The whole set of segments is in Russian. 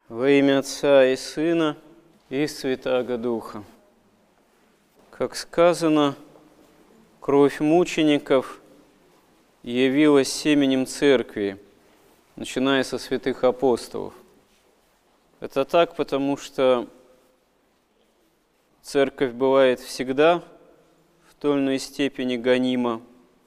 Во имя Отца и Сына и Святаго Духа. Как сказано, кровь мучеников явилась семенем Церкви, начиная со святых апостолов. Это так, потому что Церковь бывает всегда в той или иной степени гонима,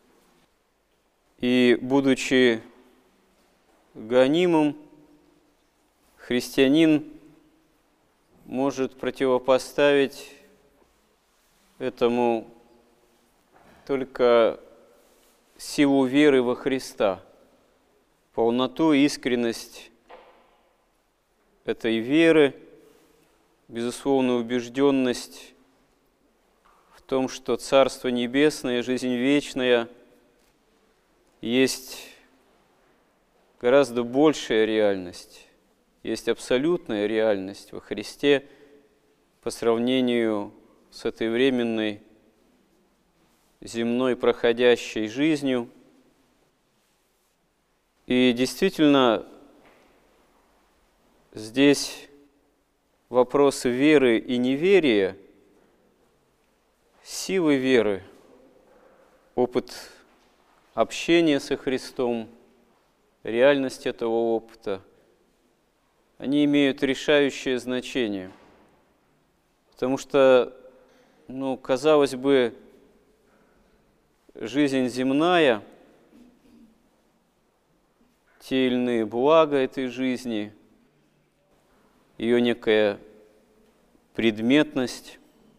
и, будучи гонимым, христианин может противопоставить этому только силу веры во Христа, полноту и искренность этой веры, безусловную убежденность в том, что Царство Небесное, жизнь вечная есть гораздо большая реальность, есть абсолютная реальность во Христе по сравнению с этой временной земной проходящей жизнью. И действительно, здесь вопросы веры и неверия, силы веры, опыт общения со Христом, реальность этого опыта, они имеют решающее значение. Потому что, казалось бы, жизнь земная, те или иные блага этой жизни, ее некая предметность,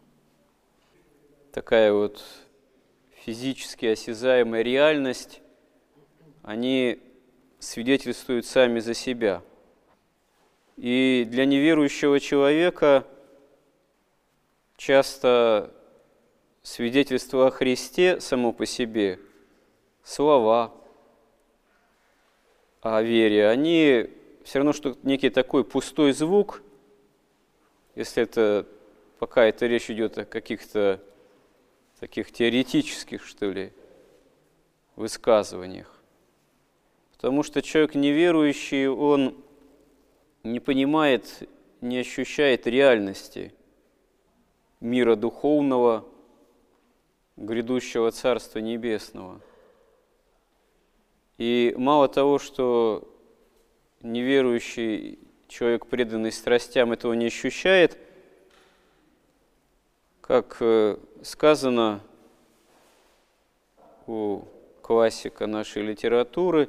такая вот физически осязаемая реальность, они свидетельствуют сами за себя. И для неверующего человека часто свидетельство о Христе само по себе, слова о вере, они все равно, что некий такой пустой звук, если это пока это речь идет о каких-то таких теоретических, что ли, высказываниях. Потому что человек неверующий, он не понимает, не ощущает реальности мира духовного, грядущего Царства Небесного. И мало того, что неверующий человек, преданный страстям, этого не ощущает, как сказано у классика нашей литературы,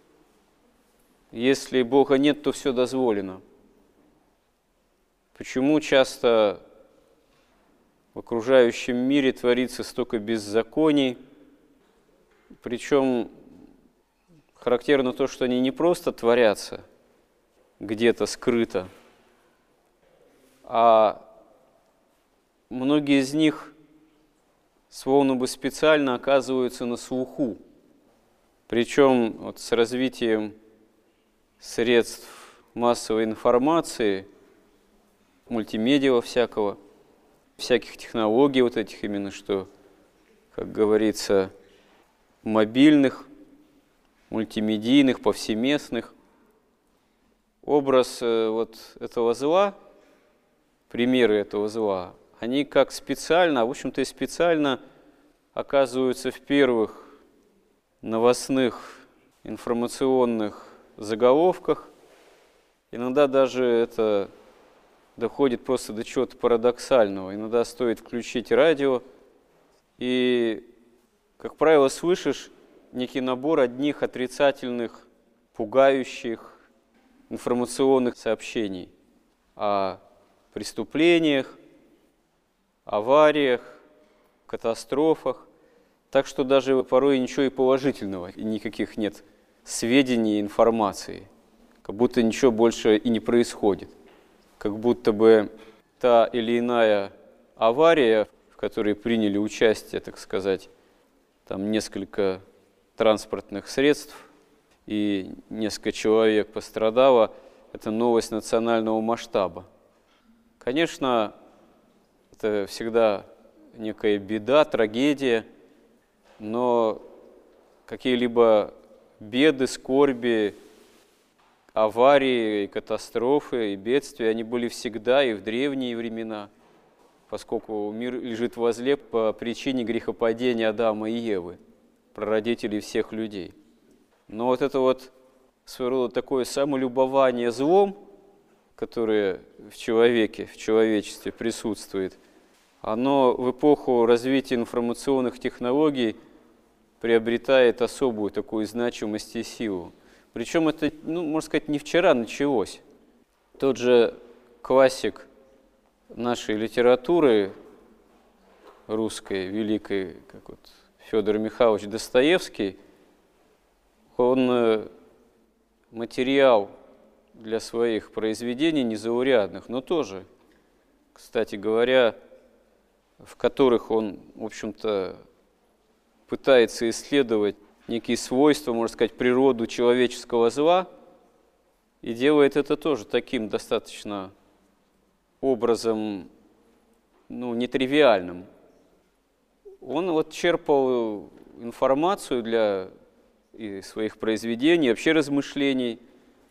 если Бога нет, то все дозволено. Почему часто в окружающем мире творится столько беззаконий, причем характерно то, что они не просто творятся где-то скрыто, а многие из них словно бы специально оказываются на слуху. Причем вот с развитием средств массовой информации, мультимедиа всяких технологий вот этих именно, что, как говорится, мобильных, мультимедийных, повсеместных. Образ вот этого зла, примеры этого зла, они как специально, в общем-то и специально оказываются в первых новостных информационных заголовках. Иногда даже это доходит просто до чего-то парадоксального. Иногда стоит включить радио, и, как правило, слышишь некий набор одних отрицательных, пугающих информационных сообщений о преступлениях, авариях, катастрофах. Так что даже порой ничего и положительного, и никаких нет сведений, информации. Как будто ничего больше и не происходит. Как будто бы та или иная авария, в которой приняли участие, так сказать, там несколько транспортных средств и несколько человек пострадало, это новость национального масштаба. Конечно, это всегда некая беда, трагедия, но какие-либо беды, скорби, аварии, и катастрофы, и бедствия, они были всегда и в древние времена, поскольку мир лежит возле по причине грехопадения Адама и Евы, прародителей всех людей. Но вот это вот своего рода такое самолюбование злом, которое в человеке, в человечестве присутствует, оно в эпоху развития информационных технологий приобретает особую такую значимость и силу. Причем это, можно сказать, не вчера началось. Тот же классик нашей литературы русской, великой, как вот Федор Михайлович Достоевский, он материал для своих произведений незаурядных, но тоже, кстати говоря, в которых он, в общем-то, пытается исследовать некие свойства, можно сказать, природу человеческого зла, и делает это тоже таким достаточно образом, нетривиальным. Он вот черпал информацию для своих произведений, вообще размышлений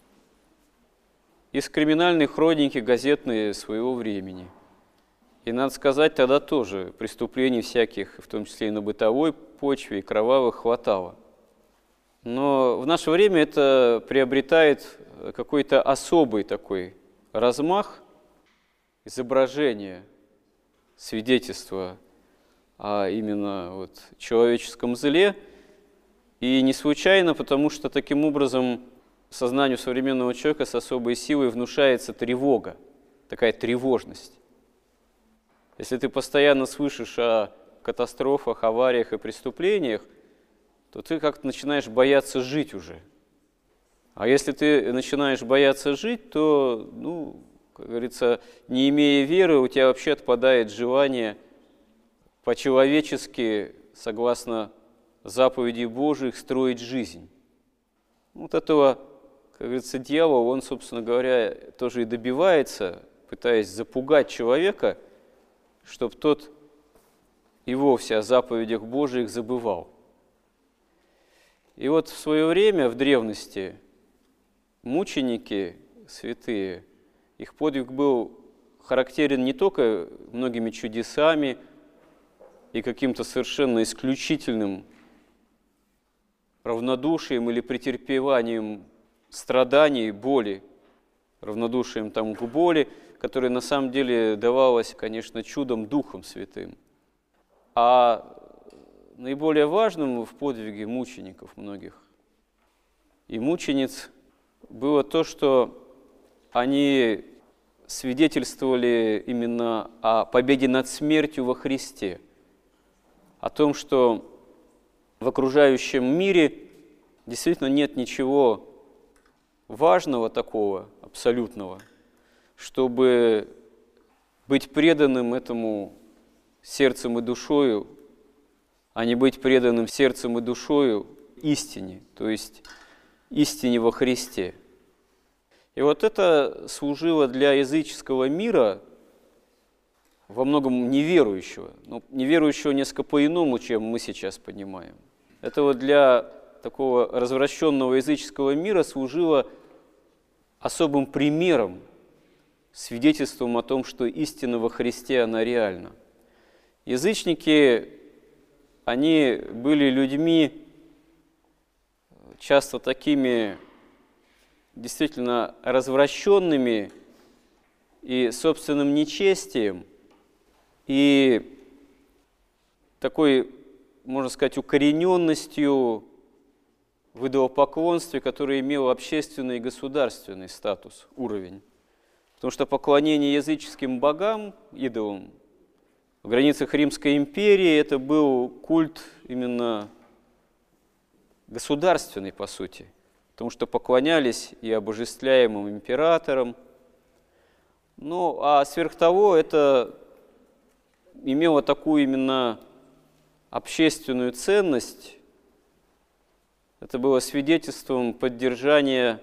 из криминальной хроники газетной своего времени. И, надо сказать, тогда тоже преступлений всяких, в том числе и на бытовой почве, и кровавых хватало. Но в наше время это приобретает какой-то особый такой размах изображения, свидетельства о именно вот человеческом зле. И не случайно, потому что таким образом сознанию современного человека с особой силой внушается тревога, такая тревожность. Если ты постоянно слышишь о катастрофах, авариях и преступлениях, то ты как-то начинаешь бояться жить уже. А если ты начинаешь бояться жить, то, как говорится, не имея веры, у тебя вообще отпадает желание по-человечески, согласно заповедей Божьих, строить жизнь. Вот этого, как говорится, дьявол, он, собственно говоря, тоже и добивается, пытаясь запугать человека, чтобы тот и вовсе о заповедях Божьих забывал. И вот в свое время, в древности, мученики святые, их подвиг был характерен не только многими чудесами и каким-то совершенно исключительным равнодушием или претерпеванием страданий, боли, равнодушием там к боли, которое на самом деле давалось, конечно, чудом Духом Святым. А наиболее важным в подвиге мучеников многих и мучениц было то, что они свидетельствовали именно о победе над смертью во Христе, о том, что в окружающем мире действительно нет ничего важного такого, абсолютного, чтобы быть преданным этому сердцем и душою, а не быть преданным сердцем и душою истине, то есть истине во Христе. И вот это служило для языческого мира, во многом неверующего, но неверующего несколько по-иному, чем мы сейчас понимаем. Это вот для такого развращенного языческого мира служило особым примером, свидетельством о том, что истина во Христе, она реальна. Язычники, они были людьми часто такими действительно развращенными и собственным нечестием, и такой, можно сказать, укорененностью в идолопоклонстве, которое имело общественный и государственный статус, уровень. Потому что поклонение языческим богам, идолам, в границах Римской империи это был культ именно государственный, по сути, потому что поклонялись и обожествляемым императорам. Ну, а сверх того, это имело такую именно общественную ценность, это было свидетельством поддержания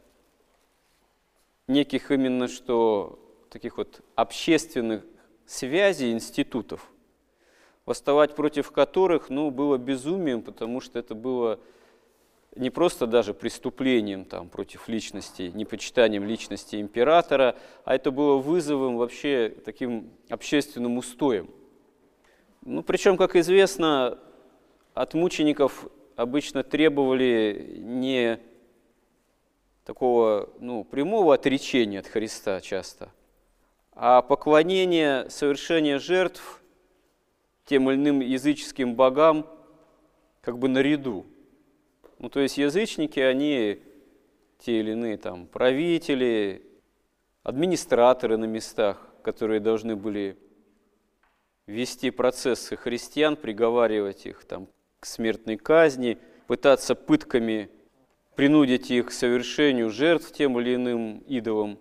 неких именно что таких вот общественных связей, институтов, восставать против которых, было безумием, потому что это было не просто даже преступлением там, против личности, непочитанием личности императора, а это было вызовом вообще таким общественным устоем. Ну, причем, как известно, от мучеников обычно требовали не такого прямого отречения от Христа часто, а поклонение, совершение жертв тем или иным языческим богам как бы наряду. Ну, то есть язычники, они те или иные там правители, администраторы на местах, которые должны были вести процессы христиан, приговаривать их там к смертной казни, пытаться пытками принудить их к совершению жертв тем или иным идолам.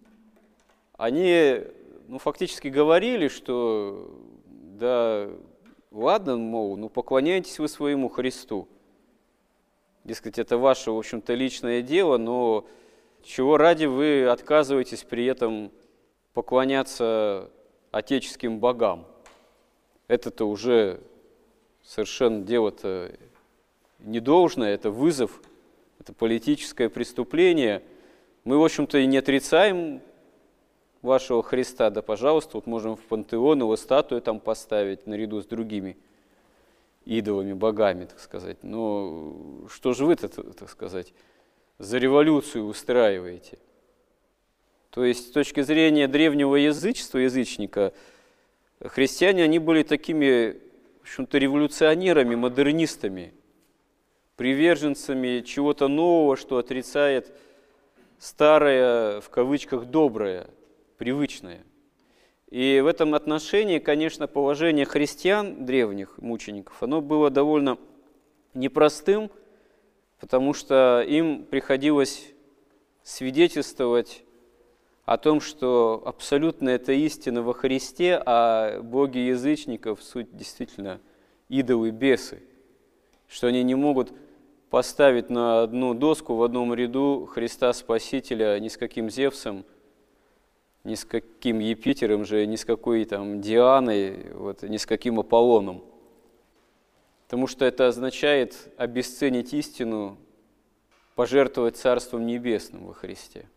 Они фактически говорили, что да ладно, мол, поклоняйтесь вы своему Христу. Дескать, это ваше, в общем-то, личное дело, но чего ради вы отказываетесь при этом поклоняться отеческим богам? Это-то уже совершенно дело-то недолжное, это вызов, это политическое преступление. Мы, в общем-то, и не отрицаем вашего Христа, да, пожалуйста, вот можем в пантеон его статую там поставить наряду с другими идолами, богами, так сказать. Но что же вы-то, так сказать, за революцию устраиваете? То есть с точки зрения древнего язычества, язычника, христиане, они были такими, в общем-то, революционерами, модернистами, приверженцами чего-то нового, что отрицает старое, в кавычках, доброе, привычное. И в этом отношении, конечно, положение христиан, древних мучеников, оно было довольно непростым, потому что им приходилось свидетельствовать о том, что абсолютно это истина во Христе, а боги язычников суть действительно идолы, бесы, что они не могут поставить на одну доску в одном ряду Христа Спасителя ни с каким Зевсом, ни с каким Юпитером же, ни с какой там Дианой, ни с каким Аполлоном. Потому что это означает обесценить истину, пожертвовать Царством Небесным во Христе.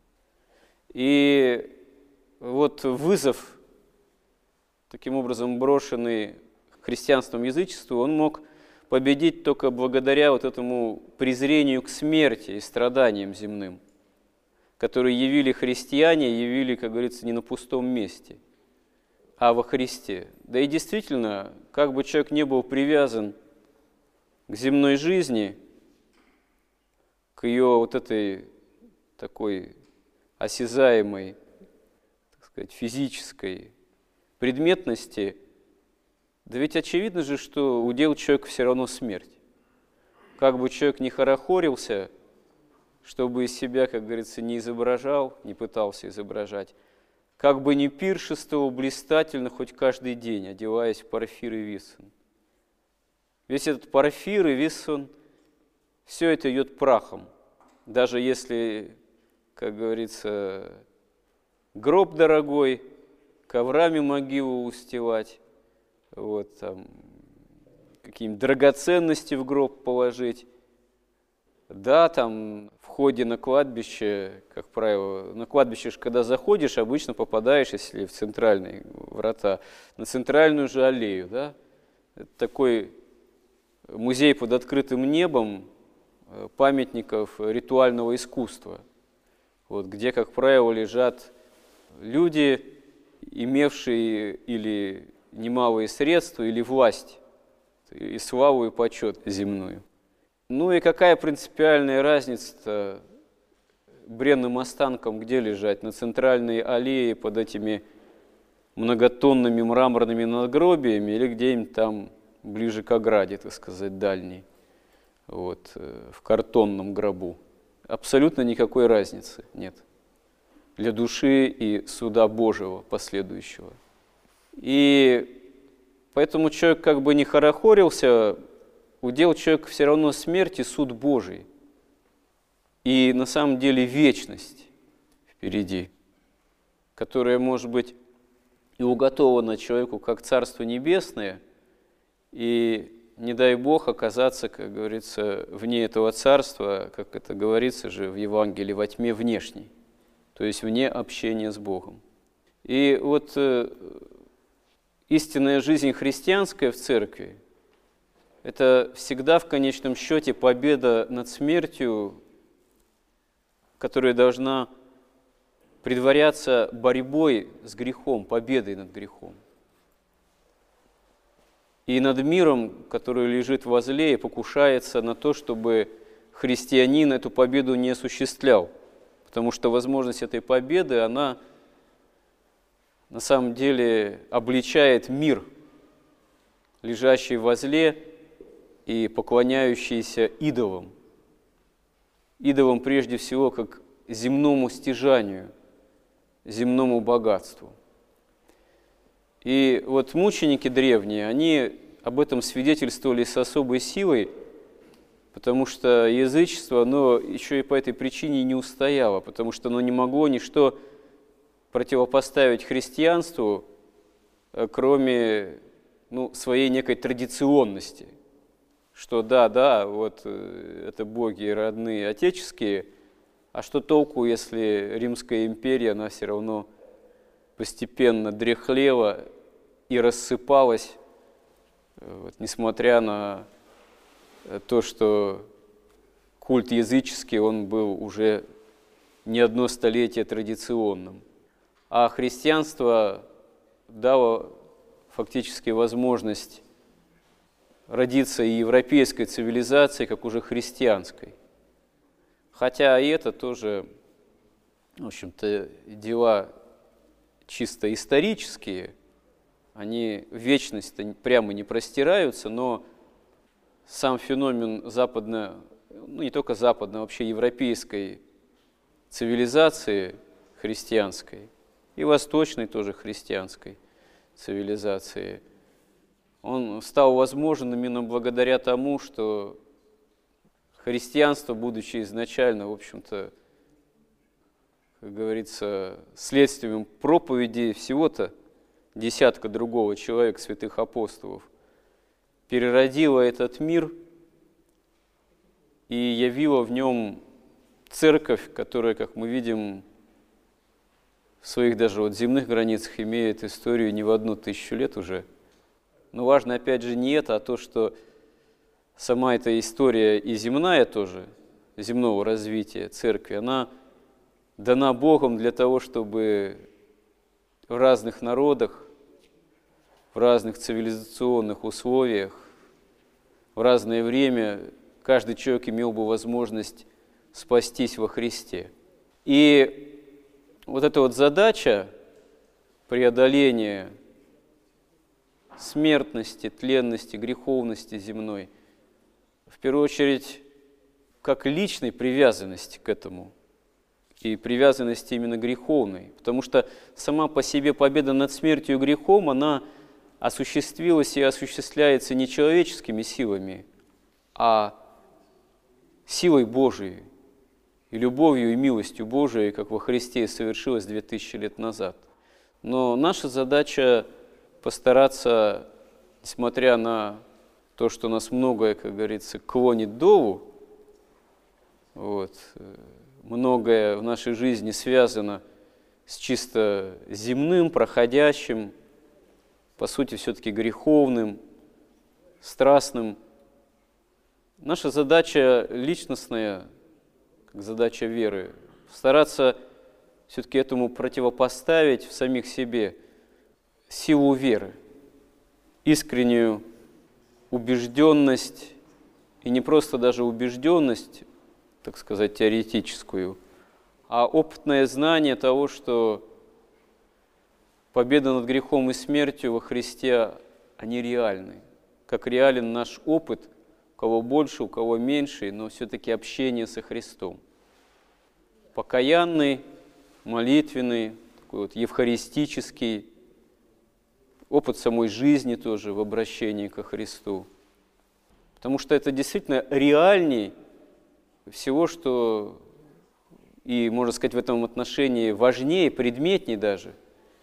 И вот вызов, таким образом брошенный христианством язычеству, он мог победить только благодаря вот этому презрению к смерти и страданиям земным, которые явили христиане, явили, как говорится, не на пустом месте, а во Христе. Да и действительно, как бы человек не был привязан к земной жизни, к ее вот этой такой осязаемой, так сказать, физической предметности, да ведь очевидно же, что удел человека все равно смерть. Как бы человек ни хорохорился, чтобы из себя, как говорится, не изображал, не пытался изображать, как бы ни пиршествовал блистательно хоть каждый день, одеваясь в парфир и виссон. Весь этот парфир и виссон, все это идет прахом. Даже если, как говорится, гроб дорогой, коврами могилу устилать, какие-нибудь драгоценности в гроб положить. Да, там в ходе на кладбище, как правило, на кладбище, когда заходишь, обычно попадаешь, если в центральные врата, на центральную же аллею, да? Это такой музей под открытым небом памятников ритуального искусства, где, как правило, лежат люди, имевшие или немалые средства, или власть, и славу, и почет земную. Ну и какая принципиальная разница-то бренным останкам, где лежать? На центральной аллее под этими многотонными мраморными надгробиями или где-нибудь там ближе к ограде, так сказать, дальней, в картонном гробу? Абсолютно никакой разницы нет для души и суда Божьего последующего. И поэтому человек как бы не хорохорился, удел человека все равно смерть и суд Божий. И на самом деле вечность впереди, которая может быть и уготована человеку как Царство Небесное, и не дай Бог оказаться, как говорится, вне этого царства, как это говорится же в Евангелии, во тьме внешней, то есть вне общения с Богом. И вот истинная жизнь христианская в церкви – это всегда в конечном счете победа над смертью, которая должна предваряться борьбой с грехом, победой над грехом. И над миром, который лежит возле и покушается на то, чтобы христианин эту победу не осуществлял. Потому что возможность этой победы, она на самом деле обличает мир, лежащий возле и поклоняющийся идолам. Идолам прежде всего как земному стяжанию, земному богатству. И вот мученики древние, они об этом свидетельствовали с особой силой, потому что язычество, оно еще и по этой причине не устояло, потому что оно не могло ничто противопоставить христианству, кроме своей некой традиционности, что да, вот это боги родные, отеческие, а что толку, если Римская империя, она все равно постепенно дряхлела и рассыпалась, несмотря на то, что культ языческий, он был уже не одно столетие традиционным. А христианство дало фактически возможность родиться и европейской цивилизации, как уже христианской. Хотя и это тоже, в общем-то, дела чисто исторические, они в вечность прямо не простираются, но сам феномен не только западной, вообще европейской цивилизации христианской и восточной тоже христианской цивилизации, он стал возможен именно благодаря тому, что христианство, будучи изначально, в общем-то, как говорится, следствием проповеди всего-то десятка другого человека, святых апостолов, переродила этот мир и явила в нем церковь, которая, как мы видим, в своих даже земных границах имеет историю не в 1000 лет уже. Но важно, опять же, не это, а то, что сама эта история и земная тоже, земного развития церкви, она дана Богом для того, чтобы в разных народах, в разных цивилизационных условиях, в разное время каждый человек имел бы возможность спастись во Христе. И вот эта вот задача преодоления смертности, тленности, греховности земной, в первую очередь, как личной привязанности к этому, и привязанности именно греховной, потому что сама по себе победа над смертью и грехом, она осуществилась и осуществляется не человеческими силами, а силой Божией, и любовью и милостью Божией, как во Христе совершилось 2000 лет назад. Но наша задача постараться, несмотря на то, что нас многое, как говорится, клонит долу, многое в нашей жизни связано с чисто земным, проходящим, по сути, все-таки греховным, страстным. Наша задача личностная, как задача веры, стараться все-таки этому противопоставить в самих себе силу веры, искреннюю убежденность, и не просто даже убежденность, так сказать, теоретическую, а опытное знание того, что победа над грехом и смертью во Христе, они реальны. Как реален наш опыт, у кого больше, у кого меньше, но все-таки общение со Христом. Покаянный, молитвенный, такой вот евхаристический, опыт самой жизни тоже в обращении ко Христу. Потому что это действительно реальней всего, что, и, можно сказать, в этом отношении важнее, предметнее даже,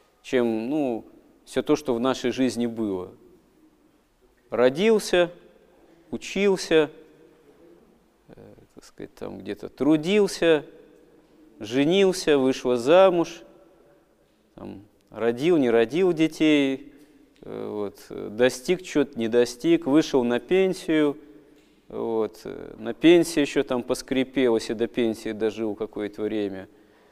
чем все то, что в нашей жизни было. Родился, учился, так сказать, там где-то трудился, женился, вышла замуж, там, родил, не родил детей, вот, достиг чего-то, не достиг, вышел на пенсию, вот, на пенсии еще там поскрипел, если до пенсии дожил какое-то время.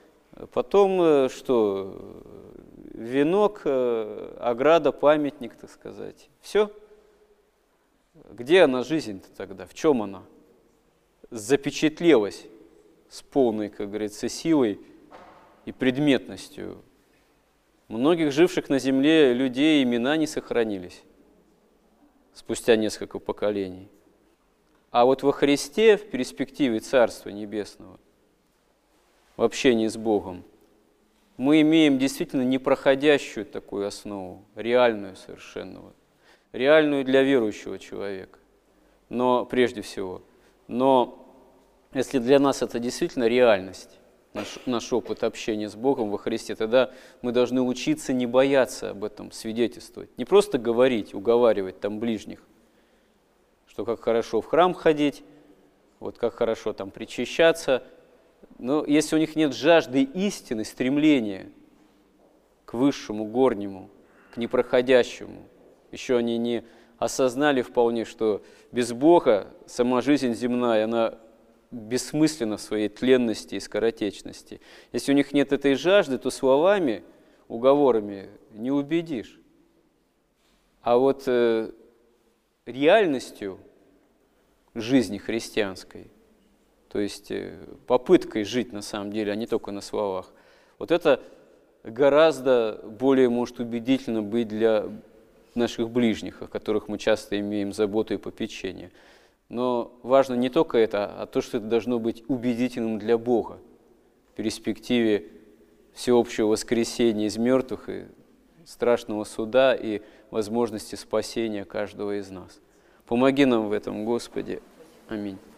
Потом что? Венок, ограда, памятник, так сказать. Все. Где она, жизнь-то тогда? В чем она? Запечатлелась с полной, как говорится, силой и предметностью. Многих живших на земле людей имена не сохранились спустя несколько поколений. А вот во Христе, в перспективе Царства Небесного, в общении с Богом, мы имеем действительно непроходящую такую основу, реальную совершенную, реальную для верующего человека, но прежде всего. Но если для нас это действительно реальность, наш опыт общения с Богом во Христе, тогда мы должны учиться не бояться об этом свидетельствовать. Не просто говорить, уговаривать там ближних, что как хорошо в храм ходить, вот как хорошо там причащаться. Но если у них нет жажды истины, стремления к высшему, горнему, к непроходящему, еще они не осознали вполне, что без Бога сама жизнь земная, она бессмысленна в своей тленности и скоротечности. Если у них нет этой жажды, то словами, уговорами не убедишь. А вот реальностью жизни христианской, то есть попыткой жить на самом деле, а не только на словах, вот это гораздо более может убедительно быть для наших ближних, о которых мы часто имеем заботу и попечение. Но важно не только это, а то, что это должно быть убедительным для Бога в перспективе всеобщего воскресения из мертвых и страшного суда и возможности спасения каждого из нас. Помоги нам в этом, Господи. Аминь.